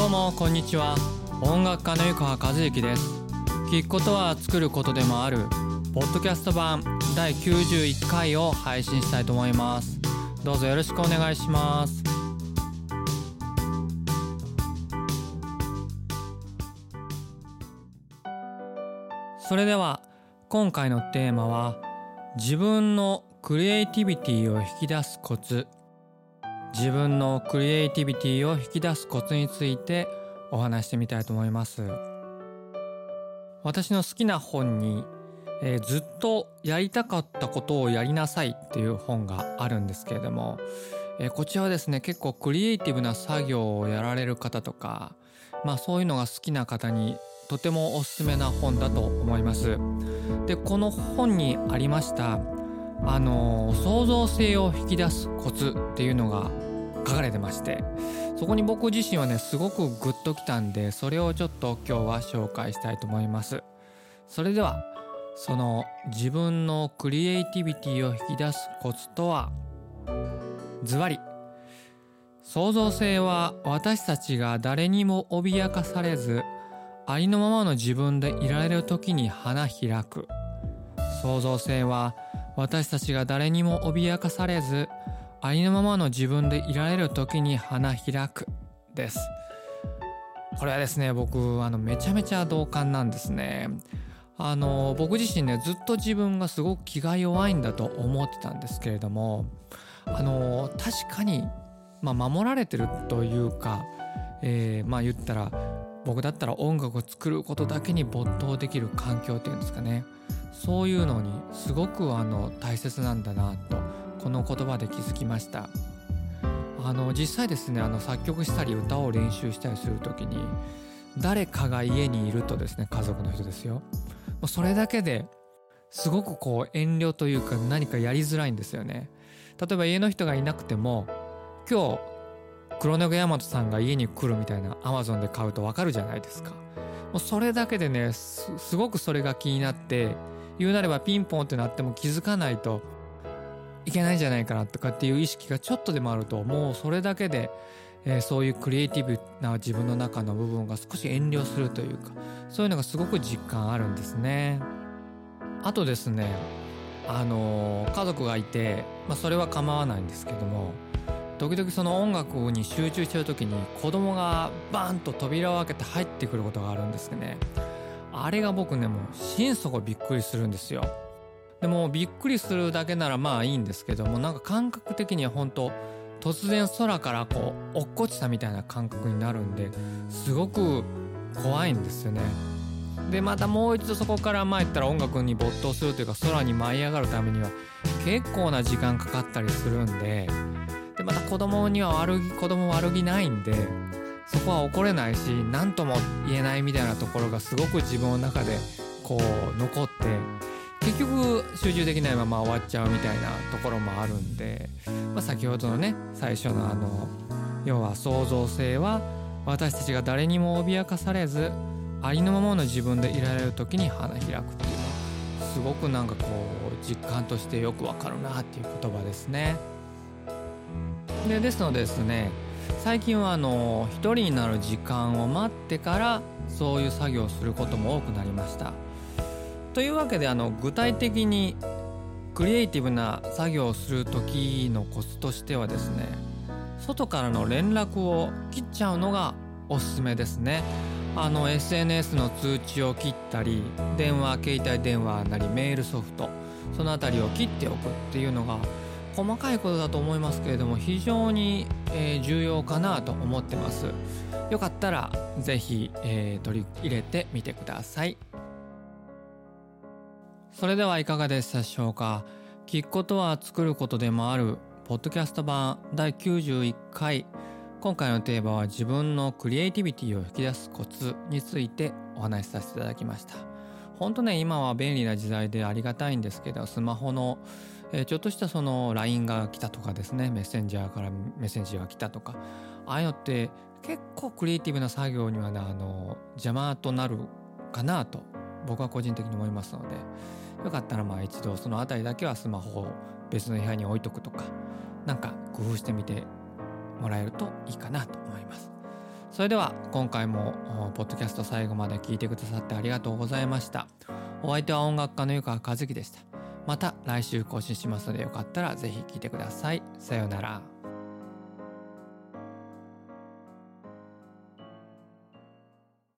どうもこんにちは。音楽家の湯川和之です。聴くことは作ることでもあるポッドキャスト版第91回を配信したいと思います。どうぞよろしくお願いします。それでは今回のテーマは自分のクリエイティビティを引き出すコツ、自分のクリエイティビティを引き出すコツについてお話してみたいと思います。私の好きな本に、ずっとやりたかったことをやりなさいっていう本があるんですけれども、こちらはですね結構クリエイティブな作業をやられる方とか、そういうのが好きな方にとてもおすすめな本だと思います。でこの本にありました創造性を引き出すコツっていうのが書かれてまして、そこに僕自身はねすごくグッときたんで、それをちょっと今日は紹介したいと思います。それではその自分のクリエイティビティを引き出すコツとは、ズバリ創造性は私たちが誰にも脅かされずありのままの自分でいられる時に花開く。創造性は私たちが誰にも脅かされずありのままの自分でいられる時に花開くです。これはですね僕めちゃめちゃ同感なんですね。僕自身ねずっと自分がすごく気が弱いんだと思ってたんですけれども、確かに、守られてるというか、言ったら僕だったら音楽を作ることだけに没頭できる環境っていうんですかね、そういうのにすごく大切なんだなとこの言葉で気づきました。実際ですね作曲したり歌を練習したりするときに誰かが家にいるとですね、家族の人ですよ、それだけですごく遠慮というか何かやりづらいんですよね。例えば家の人がいなくても今日黒猫大和さんが家に来るみたいな Amazon で買うと分かるじゃないですか。もうそれだけでね すごくそれが気になって、言うなればピンポンってなっても気づかないといけないんじゃないかなとかっていう意識がちょっとでもあると、もうそれだけで、そういうクリエイティブな自分の中の部分が少し遠慮するというか、そういうのがすごく実感あるんですね。あとですね家族がいて、それは構わないんですけども、時々その音楽に集中してる時に子供がバーンと扉を開けて入ってくることがあるんですね。あれが僕ねもう心底びっくりするんですよ。でもびっくりするだけならいいんですけども、なんか感覚的には本当突然空から落っこちたみたいな感覚になるんで、すごく怖いんですよね。でまたもう一度そこから言ったら音楽に没頭するというか空に舞い上がるためには結構な時間かかったりするんで、また子供悪気ないんで、そこは怒れないし何とも言えないみたいなところがすごく自分の中で残って、結局集中できないまま終わっちゃうみたいなところもあるんで、先ほどのね最初の要は創造性は私たちが誰にも脅かされずありのままの自分でいられる時に花開くっていうのはすごく実感としてよくわかるなっていう言葉ですね。ですのでですね、最近は一人になる時間を待ってからそういう作業をすることも多くなりました。というわけで具体的にクリエイティブな作業をする時のコツとしてはですね、外からの連絡を切っちゃうのがおすすめですね。SNS の通知を切ったり、携帯電話なりメールソフト、そのあたりを切っておくっていうのが細かいことだと思いますけれども非常に、重要かなと思ってます。よかったらぜひ、取り入れてみてください。それではいかがでしたでしょうか。聞くことは作ることでもあるポッドキャスト版第91回、今回のテーマは自分のクリエイティビティを引き出すコツについてお話しさせていただきました。本当ね今は便利な時代でありがたいんですけど、スマホのちょっとしたその LINE が来たとかですね、メッセンジャーからメッセージが来たとか、ああいうのって結構クリエイティブな作業にはね邪魔となるかなと僕は個人的に思いますので、よかったら一度そのあたりだけはスマホを別の部屋に置いとくとか、なんか工夫してみてもらえるといいかなと思います。 それでは今回もポッドキャスト最後まで聞いてくださってありがとうございました。お相手は音楽家の湯川和樹でした。また来週更新しますのでよかったらぜひ聞いてください。さようなら。